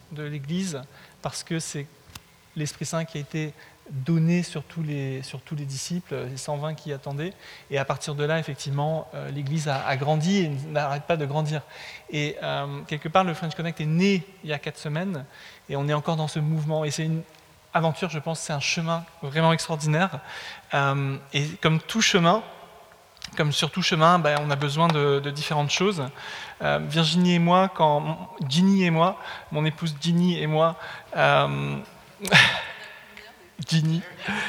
de l'Église, parce que c'est l'Esprit Saint qui a été donné sur tous les disciples, les 120 qui attendaient. Et à partir de là, effectivement, l'Église a grandi et n'arrête pas de grandir. Et quelque part, le French Connect est né il y a 4 semaines, et on est encore dans ce mouvement. Et c'est une aventure, je pense, c'est un chemin vraiment extraordinaire. Et comme tout chemin, sur tout chemin, on a besoin de différentes choses. Ginny et moi, mon épouse Ginny et moi, Ginny.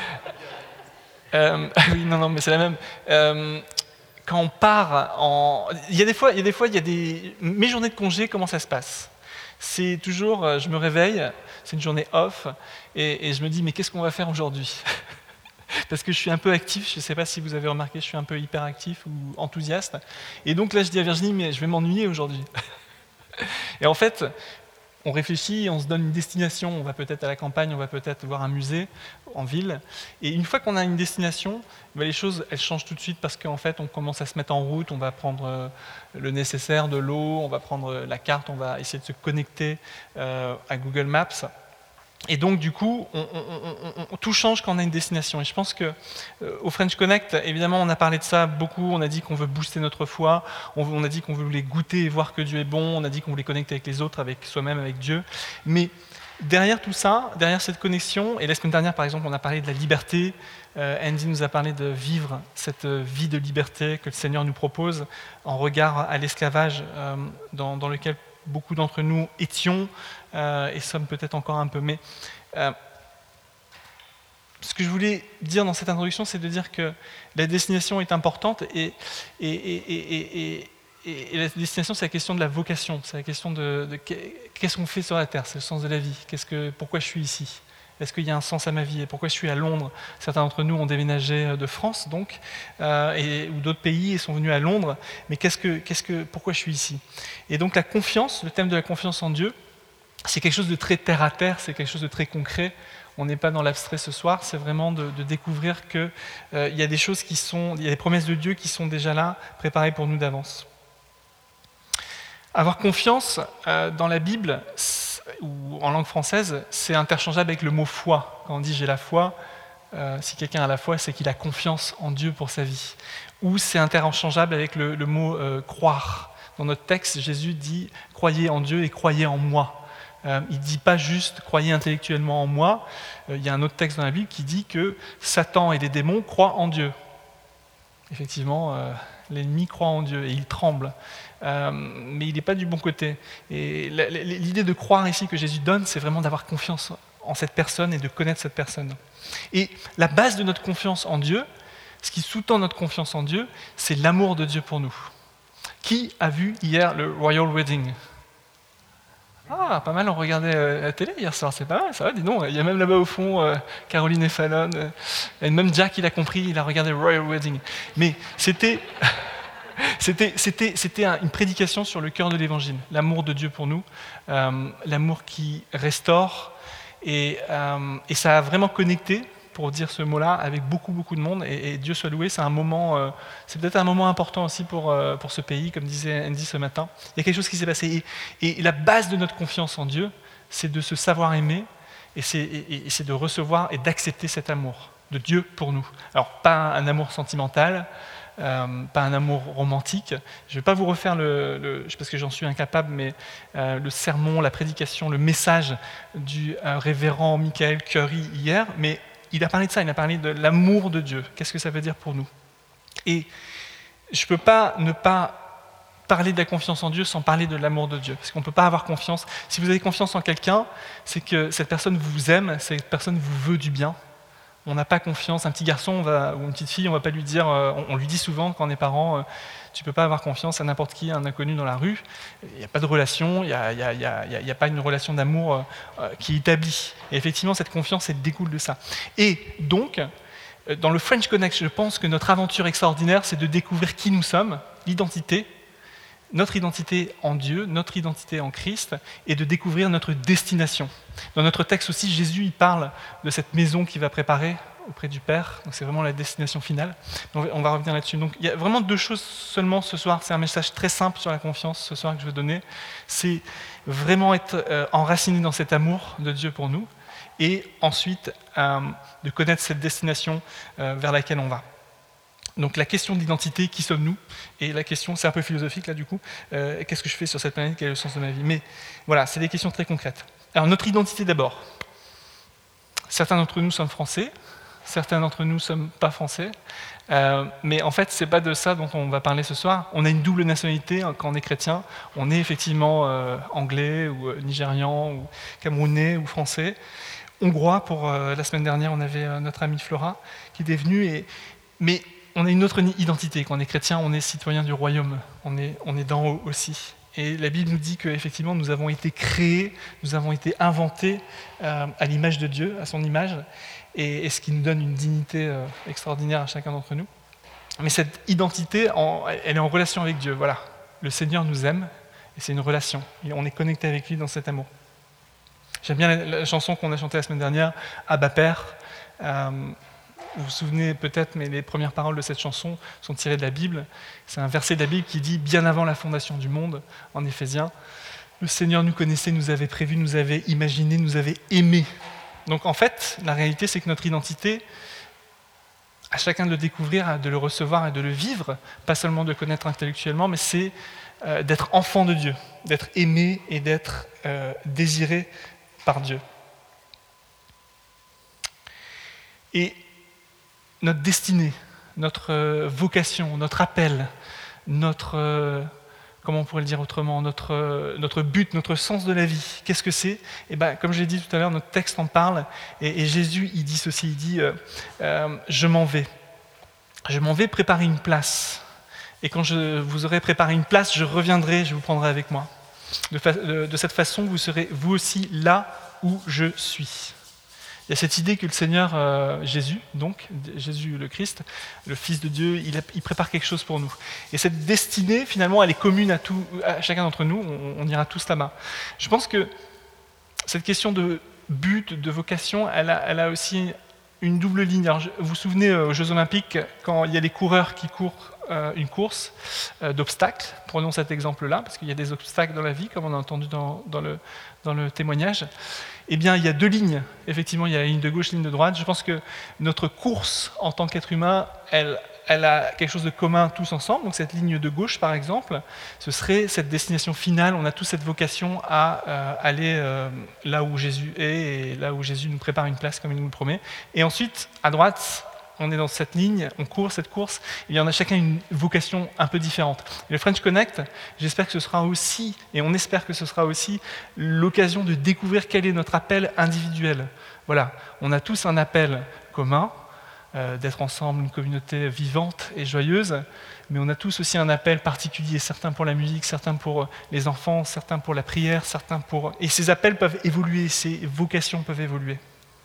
Oui, non, mais c'est la même. Quand on part il y a des fois, mes journées de congé, comment ça se passe? C'est toujours, je me réveille, c'est une journée off, et je me dis, mais qu'est-ce qu'on va faire aujourd'hui? Parce que je suis un peu actif, je ne sais pas si vous avez remarqué, je suis un peu hyperactif ou enthousiaste. Et donc là, je dis à Virginie, mais je vais m'ennuyer aujourd'hui. Et en fait, on réfléchit, on se donne une destination, on va peut-être à la campagne, on va peut-être voir un musée en ville. Et une fois qu'on a une destination, les choses, elles changent tout de suite parce qu'en fait, on commence à se mettre en route, on va prendre le nécessaire, de l'eau, on va prendre la carte, on va essayer de se connecter à Google Maps. Et donc, du coup, tout change quand on a une destination. Et je pense qu'au French Connect, évidemment, on a parlé de ça beaucoup. On a dit qu'on veut booster notre foi. On a dit qu'on voulait goûter et voir que Dieu est bon. On a dit qu'on voulait connecter avec les autres, avec soi-même, avec Dieu. Mais derrière tout ça, derrière cette connexion, et la semaine dernière, par exemple, on a parlé de la liberté. Andy nous a parlé de vivre cette vie de liberté que le Seigneur nous propose en regard à l'esclavage dans lequel beaucoup d'entre nous étions et sommes peut-être encore un peu. Mais ce que je voulais dire dans cette introduction, c'est de dire que la destination est importante et la destination, c'est la question de la vocation, c'est la question de qu'est-ce qu'on fait sur la terre, c'est le sens de la vie, pourquoi je suis ici. Est-ce qu'il y a un sens à ma vie? Et pourquoi je suis à Londres? Certains d'entre nous ont déménagé de France, donc, ou d'autres pays et sont venus à Londres. Mais pourquoi je suis ici? Et donc la confiance, le thème de la confiance en Dieu, c'est quelque chose de très terre-à-terre, c'est quelque chose de très concret. On n'est pas dans l'abstrait ce soir, c'est vraiment de découvrir qu'il y a des choses il y a des promesses de Dieu qui sont déjà là, préparées pour nous d'avance. Avoir confiance dans la Bible, ou en langue française, c'est interchangeable avec le mot foi. Quand on dit « j'ai la foi », si quelqu'un a la foi, c'est qu'il a confiance en Dieu pour sa vie. Ou c'est interchangeable avec le mot « croire ». Dans notre texte, Jésus dit « croyez en Dieu et croyez en moi ». Il ne dit pas juste « croyez intellectuellement en moi ». Il y a un autre texte dans la Bible qui dit que Satan et les démons croient en Dieu. Effectivement, l'ennemi croit en Dieu et il tremble. Mais il n'est pas du bon côté. Et l'idée de croire ici que Jésus donne, c'est vraiment d'avoir confiance en cette personne et de connaître cette personne. Et la base de notre confiance en Dieu, ce qui sous-tend notre confiance en Dieu, c'est l'amour de Dieu pour nous. Qui a vu hier le Royal Wedding? Ah, pas mal, on regardait la télé hier soir, c'est pas mal, ça va, dis donc. Il y a même là-bas au fond Caroline et Fallon, et même Jack, il a compris, il a regardé le Royal Wedding. Mais c'était une prédication sur le cœur de l'Évangile, l'amour de Dieu pour nous, l'amour qui restaure, et ça a vraiment connecté, pour dire ce mot-là, avec beaucoup de monde, et Dieu soit loué, c'est peut-être un moment important aussi pour ce pays, comme disait Andy ce matin. Il y a quelque chose qui s'est passé, et la base de notre confiance en Dieu, c'est de se savoir aimer, et c'est de recevoir et d'accepter cet amour de Dieu pour nous. Alors, pas un amour sentimental, pas un amour romantique. Je ne vais pas vous refaire parce que j'en suis incapable, mais le sermon, la prédication, le message du révérend Michael Curry hier, mais il a parlé de ça, il a parlé de l'amour de Dieu. Qu'est-ce que ça veut dire pour nous? Et je ne peux pas ne pas parler de la confiance en Dieu sans parler de l'amour de Dieu. Parce qu'on ne peut pas avoir confiance. Si vous avez confiance en quelqu'un, c'est que cette personne vous aime, cette personne vous veut du bien. On n'a pas confiance. Un petit garçon ou une petite fille, on ne va pas lui dire, on lui dit souvent quand on est parent, tu ne peux pas avoir confiance à n'importe qui, un inconnu dans la rue. Il n'y a pas de relation, il n'y a pas une relation d'amour qui est établie. Et effectivement, cette confiance, elle découle de ça. Et donc, dans le French Connect, je pense que notre aventure extraordinaire, c'est de découvrir qui nous sommes, l'identité, notre identité en Dieu, notre identité en Christ, et de découvrir notre destination. Dans notre texte aussi, Jésus il parle de cette maison qu'il va préparer auprès du Père. Donc c'est vraiment la destination finale. On va revenir là-dessus. Donc il y a vraiment 2 choses seulement ce soir. C'est un message très simple sur la confiance ce soir que je veux donner. C'est vraiment être enraciné dans cet amour de Dieu pour nous, et ensuite de connaître cette destination vers laquelle on va. Donc la question de l'identité, qui sommes-nous? Et la question, c'est un peu philosophique là du coup, qu'est-ce que je fais sur cette planète, quel est le sens de ma vie? Mais voilà, c'est des questions très concrètes. Alors notre identité d'abord. Certains d'entre nous sommes français, certains d'entre nous ne sommes pas français, mais en fait, ce n'est pas de ça dont on va parler ce soir. On a une double nationalité quand on est chrétien. On est effectivement anglais, ou nigérian, ou camerounais, ou français. Hongrois, pour la semaine dernière, on avait notre amie Flora qui est venue, mais on a une autre identité. Quand on est chrétien, on est citoyen du royaume, on est d'en haut aussi. Et la Bible nous dit qu'effectivement, nous avons été créés, nous avons été inventés à l'image de Dieu, à son image, et ce qui nous donne une dignité extraordinaire à chacun d'entre nous. Mais cette identité, elle est en relation avec Dieu. Voilà, le Seigneur nous aime, et c'est une relation. Et on est connecté avec lui dans cet amour. J'aime bien la chanson qu'on a chantée la semaine dernière, Abba Père. Vous vous souvenez peut-être, mais les premières paroles de cette chanson sont tirées de la Bible. C'est un verset de la Bible qui dit « Bien avant la fondation du monde », en Éphésiens, « Le Seigneur nous connaissait, nous avait prévu, nous avait imaginé, nous avait aimé. » Donc en fait, la réalité, c'est que notre identité, à chacun de le découvrir, de le recevoir et de le vivre, pas seulement de le connaître intellectuellement, mais c'est d'être enfant de Dieu, d'être aimé et d'être désiré par Dieu. Et notre destinée, notre vocation, notre appel, comment on pourrait le dire autrement, notre but, notre sens de la vie, qu'est-ce que c'est? Et ben, comme je l'ai dit tout à l'heure, notre texte en parle, et Jésus, il dit ceci, il dit je m'en vais préparer une place, et quand je vous aurai préparé une place, je reviendrai, je vous prendrai avec moi. De cette façon, vous serez vous aussi là où je suis. Il y a cette idée que le Seigneur Jésus, donc Jésus le Christ, le Fils de Dieu, il prépare quelque chose pour nous. Et cette destinée, finalement, elle est commune à chacun d'entre nous, on ira tous là-bas. Je pense que cette question de but, de vocation, elle a aussi une double ligne. Alors, vous vous souvenez aux Jeux Olympiques, quand il y a les coureurs qui courent une course d'obstacles, prenons cet exemple-là, parce qu'il y a des obstacles dans la vie, comme on a entendu dans le témoignage. Eh bien, il y a 2 lignes. Effectivement, il y a la ligne de gauche, la ligne de droite. Je pense que notre course en tant qu'être humain, elle a quelque chose de commun tous ensemble. Donc cette ligne de gauche, par exemple, ce serait cette destination finale. On a tous cette vocation à aller là où Jésus est et là où Jésus nous prépare une place comme il nous le promet. Et ensuite, à droite, on est dans cette ligne, on court cette course, et il y en a chacun une vocation un peu différente. Et le French Connect, j'espère que ce sera aussi, et on espère que ce sera aussi, l'occasion de découvrir quel est notre appel individuel. Voilà, on a tous un appel commun, d'être ensemble une communauté vivante et joyeuse, mais on a tous aussi un appel particulier, certains pour la musique, certains pour les enfants, certains pour la prière, certains pour... Et ces appels peuvent évoluer, ces vocations peuvent évoluer.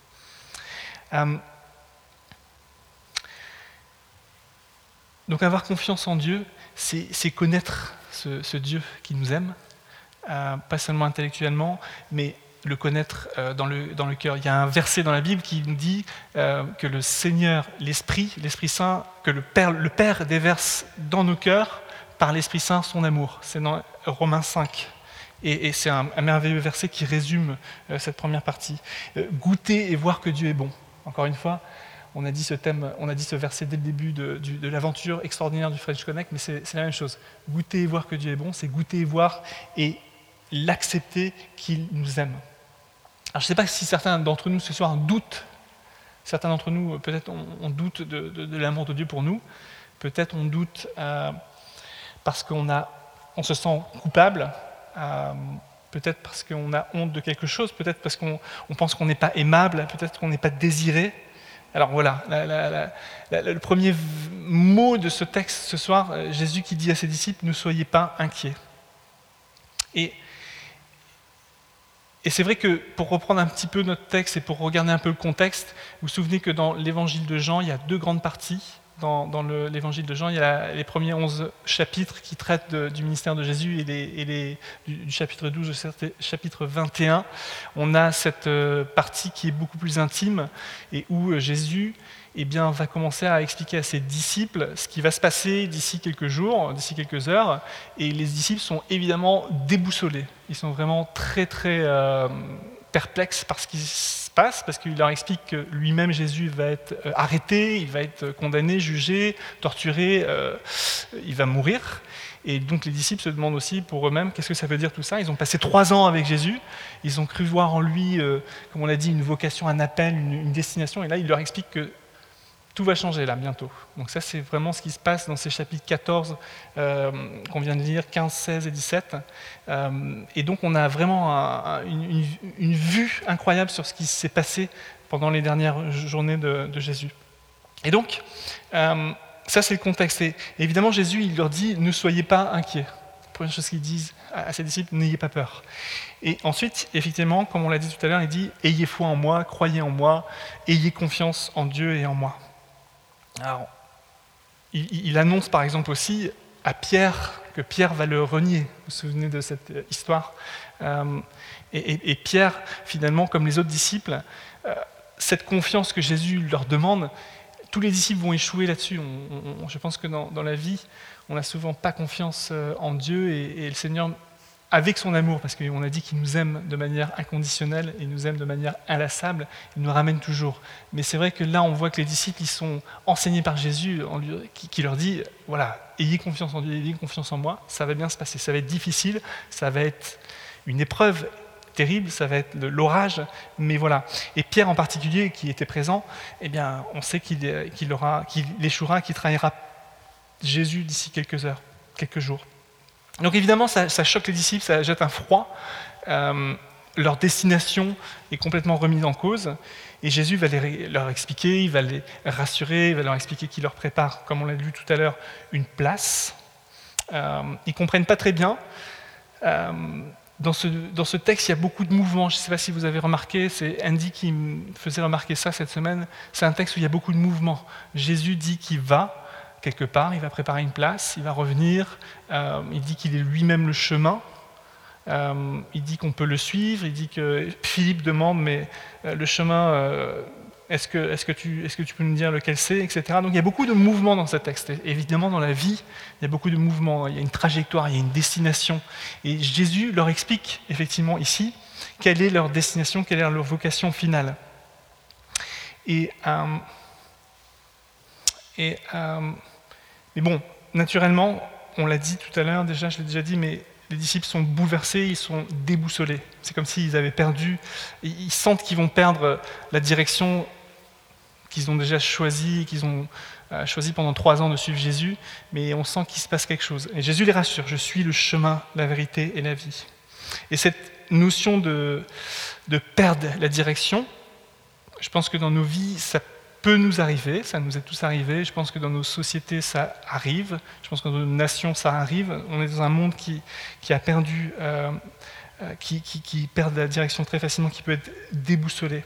Donc avoir confiance en Dieu, c'est connaître ce Dieu qui nous aime, pas seulement intellectuellement, mais le connaître dans le cœur. Il y a un verset dans la Bible qui nous dit que le Seigneur, l'Esprit Saint, que le Père déverse dans nos cœurs par l'Esprit Saint son amour. C'est dans Romains 5. Et c'est un merveilleux verset qui résume cette première partie. Goûter et voir que Dieu est bon. Encore une fois, on a dit ce verset dès le début de l'aventure extraordinaire du French Connect, mais c'est la même chose. Goûter et voir que Dieu est bon, c'est goûter et voir et l'accepter qu'il nous aime. Alors je ne sais pas si certains d'entre nous ce soir doutent. Certains d'entre nous, peut-être, on doute de l'amour de Dieu pour nous. Peut-être on doute parce qu'on se sent coupable. Peut-être parce qu'on a honte de quelque chose. Peut-être parce qu'on pense qu'on n'est pas aimable. Peut-être qu'on n'est pas désiré. Alors voilà, le premier mot de ce texte ce soir, Jésus qui dit à ses disciples « Ne soyez pas inquiets ». Et c'est vrai que pour reprendre un petit peu notre texte et pour regarder un peu le contexte, vous vous souvenez que dans l'évangile de Jean, il y a 2 grandes parties. dans l'évangile de Jean. Il y a les premiers 11 chapitres qui traitent du ministère de Jésus et du chapitre 12 au chapitre 21. On a cette partie qui est beaucoup plus intime et où Jésus va commencer à expliquer à ses disciples ce qui va se passer d'ici quelques jours, d'ici quelques heures. Et les disciples sont évidemment déboussolés. Ils sont vraiment très très perplexes par ce qui se passe, parce qu'il leur explique que lui-même, Jésus, va être arrêté, il va être condamné, jugé, torturé, il va mourir. Et donc les disciples se demandent aussi pour eux-mêmes qu'est-ce que ça veut dire tout ça. Ils ont passé 3 ans avec Jésus, ils ont cru voir en lui, comme on l'a dit, une vocation, un appel, une destination, et là il leur explique que tout va changer là, bientôt. Donc ça, c'est vraiment ce qui se passe dans ces chapitres 14 qu'on vient de lire, 15, 16 et 17. Et donc on a vraiment une vue incroyable sur ce qui s'est passé pendant les dernières journées de Jésus. Et donc, ça c'est le contexte. Et évidemment, Jésus, il leur dit « Ne soyez pas inquiets ». La première chose qu'il dit à ses disciples, « N'ayez pas peur ». Et ensuite, effectivement, comme on l'a dit tout à l'heure, il dit « Ayez foi en moi, croyez en moi, ayez confiance en Dieu et en moi ». Alors, il annonce par exemple aussi à Pierre que Pierre va le renier. Vous vous souvenez de cette histoire ? Et Pierre, finalement, comme les autres disciples, cette confiance que Jésus leur demande, tous les disciples vont échouer là-dessus. Je pense que dans la vie, on n'a souvent pas confiance en Dieu et le Seigneur, avec son amour, parce qu'on a dit qu'il nous aime de manière inconditionnelle, il nous aime de manière inlassable, il nous ramène toujours. Mais c'est vrai que là, on voit que les disciples, ils sont enseignés par Jésus, qui leur dit, voilà, ayez confiance en Dieu, ayez confiance en moi, ça va bien se passer. Ça va être difficile, ça va être une épreuve terrible, ça va être l'orage, mais voilà. Et Pierre en particulier, qui était présent, eh bien, on sait qu'il échouera, qu'il trahira Jésus d'ici quelques heures, quelques jours. Donc évidemment, ça choque les disciples, ça jette un froid. Leur destination est complètement remise en cause. Et Jésus va leur expliquer, il va les rassurer, il va leur expliquer qu'il leur prépare, comme on l'a vu tout à l'heure, une place. Ils ne comprennent pas très bien. Dans ce texte, il y a beaucoup de mouvements. Je ne sais pas si vous avez remarqué, c'est Andy qui me faisait remarquer ça cette semaine. C'est un texte où il y a beaucoup de mouvements. Jésus dit qu'il va quelque part, il va préparer une place, il va revenir, il dit qu'il est lui-même le chemin, il dit qu'on peut le suivre, il dit que Philippe demande, mais le chemin, est-ce que tu peux nous dire lequel c'est, etc. Donc il y a beaucoup de mouvements dans ce texte. Et évidemment, dans la vie, il y a beaucoup de mouvements, il y a une trajectoire, il y a une destination. Et Jésus leur explique effectivement ici quelle est leur destination, quelle est leur vocation finale. Mais bon, naturellement, on l'a dit tout à l'heure, déjà, je l'ai déjà dit, mais les disciples sont bouleversés, ils sont déboussolés. C'est comme s'ils avaient perdu, ils sentent qu'ils vont perdre la direction qu'ils ont déjà choisie, qu'ils ont choisi pendant 3 ans de suivre Jésus, mais on sent qu'il se passe quelque chose. Et Jésus les rassure, je suis le chemin, la vérité et la vie. Et cette notion de perdre la direction, je pense que dans nos vies, ça peut nous arriver, ça nous est tous arrivé. Je pense que dans nos sociétés, ça arrive. Je pense que dans nos nations, ça arrive. On est dans un monde qui a perdu, qui perd la direction très facilement, qui peut être déboussolé.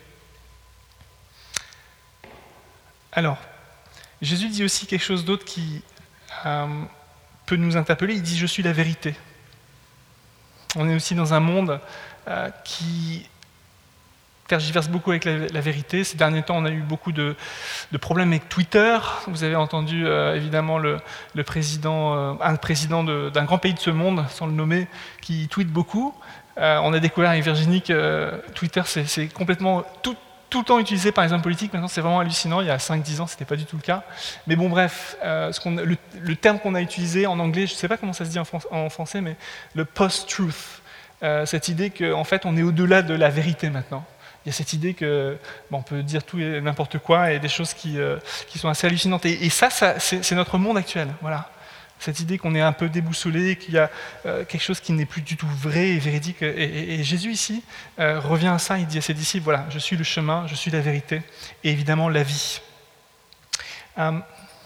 Alors, Jésus dit aussi quelque chose d'autre qui peut nous interpeller. Il dit « Je suis la vérité ». On est aussi dans un monde qui tergiverse beaucoup avec la vérité. Ces derniers temps, on a eu beaucoup de problèmes avec Twitter. Vous avez entendu évidemment un président d'un grand pays de ce monde, sans le nommer, qui tweete beaucoup. On a découvert avec Virginie que Twitter, c'est complètement tout le temps utilisé par les hommes politiques. Maintenant, c'est vraiment hallucinant. Il y a 5-10 ans, ce n'était pas du tout le cas. Mais bon, bref, le terme qu'on a utilisé en anglais, je ne sais pas comment ça se dit en français, mais le post-truth. Cette idée qu'en fait, on est au-delà de la vérité maintenant. Il y a cette idée qu'on peut dire tout et n'importe quoi et des choses qui sont assez hallucinantes. Et ça c'est notre monde actuel. Voilà. Cette idée qu'on est un peu déboussolé, qu'il y a quelque chose qui n'est plus du tout vrai et véridique. Et Jésus ici revient à ça, il dit à ses disciples, voilà, je suis le chemin, je suis la vérité et évidemment la vie. Quand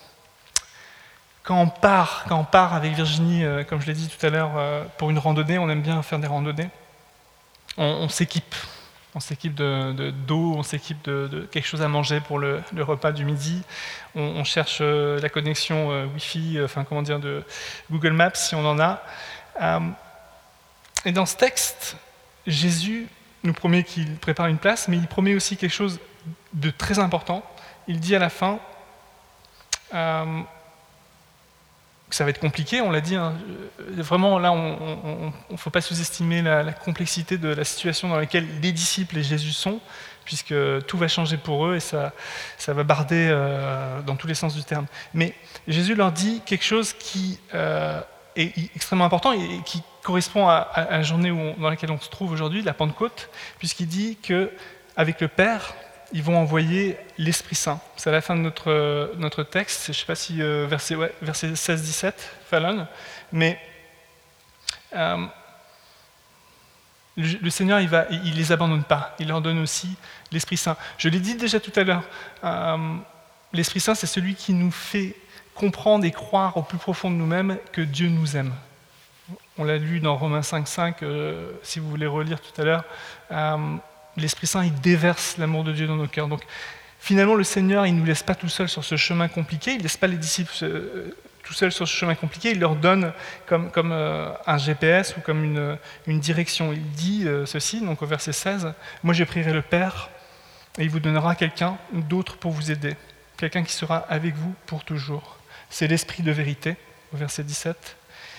on part avec Virginie, comme je l'ai dit tout à l'heure, pour une randonnée, on aime bien faire des randonnées, on s'équipe. On s'équipe d'eau, on s'équipe de quelque chose à manger pour le repas du midi. On cherche la connexion Wi-Fi, de Google Maps si on en a. Et dans ce texte, Jésus nous promet qu'il prépare une place, mais il promet aussi quelque chose de très important. Il dit à la fin que ça va être compliqué, on l'a dit. Vraiment, là, on ne faut pas sous-estimer la complexité de la situation dans laquelle les disciples et Jésus sont, puisque tout va changer pour eux et ça va barder dans tous les sens du terme. Mais Jésus leur dit quelque chose qui est extrêmement important et qui correspond à la journée dans laquelle on se trouve aujourd'hui, la Pentecôte, puisqu'il dit qu'avec le Père, ils vont envoyer l'Esprit Saint. C'est à la fin de notre texte, je ne sais pas si verset 16-17, Fallon, mais le Seigneur, il ne les abandonne pas, il leur donne aussi l'Esprit Saint. Je l'ai dit déjà tout à l'heure, l'Esprit Saint, c'est celui qui nous fait comprendre et croire au plus profond de nous-mêmes que Dieu nous aime. On l'a lu dans Romains 5.5, si vous voulez relire tout à l'heure, l'Esprit Saint, il déverse l'amour de Dieu dans nos cœurs. Donc, finalement, le Seigneur, il ne nous laisse pas tout seul sur ce chemin compliqué, il ne laisse pas les disciples tout seuls sur ce chemin compliqué, il leur donne comme un GPS ou comme une direction. Il dit ceci, donc au verset 16, « Moi, je prierai le Père, et il vous donnera quelqu'un d'autre pour vous aider, quelqu'un qui sera avec vous pour toujours. C'est l'Esprit de vérité, au verset 17.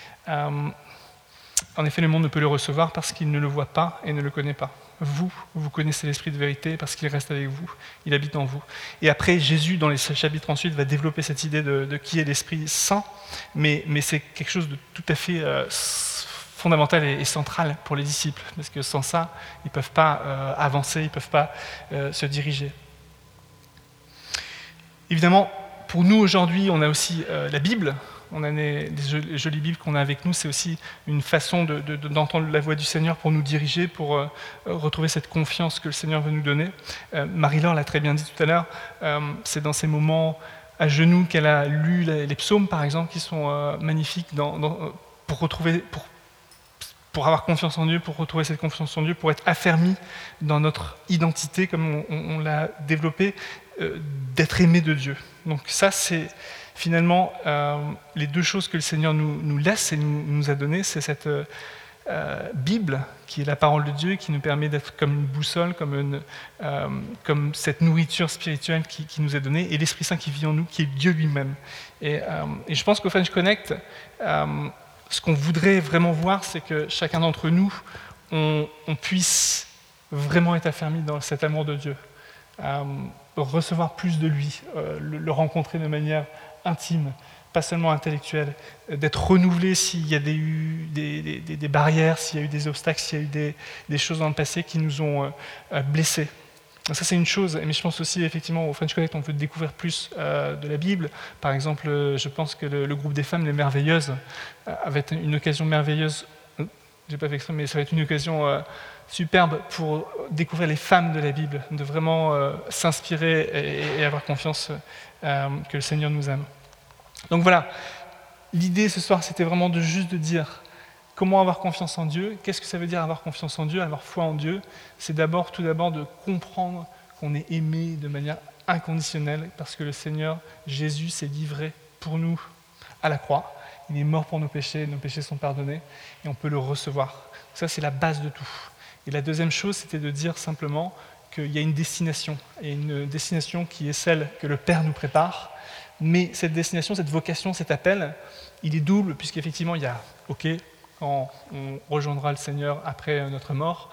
En effet, le monde ne peut le recevoir parce qu'il ne le voit pas et ne le connaît pas. Vous connaissez l'Esprit de vérité parce qu'il reste avec vous, il habite en vous. » Et après, Jésus, dans les chapitres ensuite, va développer cette idée de qui est l'Esprit Saint, mais c'est quelque chose de tout à fait fondamental et central pour les disciples, parce que sans ça, ils ne peuvent pas avancer, ils ne peuvent pas se diriger. Évidemment, pour nous aujourd'hui, on a aussi la Bible. On a des jolies Bibles qu'on a avec nous, c'est aussi une façon d'entendre la voix du Seigneur pour nous diriger, pour retrouver cette confiance que le Seigneur veut nous donner. Marie-Laure l'a très bien dit tout à l'heure, c'est dans ces moments à genoux qu'elle a lu les psaumes, par exemple, qui sont magnifiques pour avoir confiance en Dieu, pour retrouver cette confiance en Dieu, pour être affermi dans notre identité, comme on l'a développé, d'être aimé de Dieu. Donc ça, c'est finalement les deux choses que le Seigneur nous laisse et nous a données, c'est cette Bible, qui est la parole de Dieu, qui nous permet d'être comme une boussole, comme cette nourriture spirituelle qui nous est donnée, et l'Esprit Saint qui vit en nous, qui est Dieu lui-même. Et je pense qu'au French Connect, ce qu'on voudrait vraiment voir, c'est que chacun d'entre nous, on puisse vraiment être affermi dans cet amour de Dieu, recevoir plus de lui, le rencontrer de manière intime, pas seulement intellectuelle, d'être renouvelé s'il y a eu des barrières, s'il y a eu des obstacles, s'il y a eu des choses dans le passé qui nous ont blessés. Donc ça, c'est une chose, mais je pense aussi, effectivement, au French Connect, on peut découvrir plus de la Bible. Par exemple, je pense que le groupe des femmes, les Merveilleuses, avait une occasion merveilleuse, j'ai pas fait exprès, mais ça va être une occasion superbe pour découvrir les femmes de la Bible, de vraiment s'inspirer et avoir confiance que le Seigneur nous aime. Donc voilà, l'idée ce soir, c'était vraiment juste de dire comment avoir confiance en Dieu. Qu'est-ce que ça veut dire avoir confiance en Dieu, avoir foi en Dieu? C'est tout d'abord de comprendre qu'on est aimé de manière inconditionnelle parce que le Seigneur Jésus s'est livré pour nous à la croix. Il est mort pour nos péchés sont pardonnés et on peut le recevoir. Ça, c'est la base de tout. Et la deuxième chose, c'était de dire simplement qu'il y a une destination, et une destination qui est celle que le Père nous prépare. Mais cette destination, cette vocation, cet appel, il est double, puisqu'effectivement, il y a, quand on rejoindra le Seigneur après notre mort,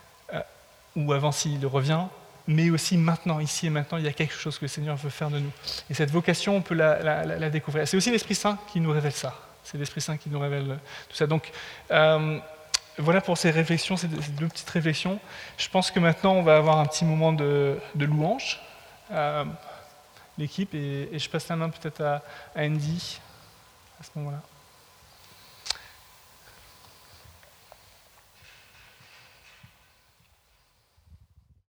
ou avant s'il revient, mais aussi maintenant, ici et maintenant, il y a quelque chose que le Seigneur veut faire de nous. Et cette vocation, on peut la découvrir. C'est aussi l'Esprit Saint qui nous révèle ça. C'est l'Esprit Saint qui nous révèle tout ça. Donc, voilà pour ces réflexions, ces deux petites réflexions. Je pense que maintenant, on va avoir un petit moment de louange, l'équipe, et je passe la main peut-être à Andy à ce moment-là.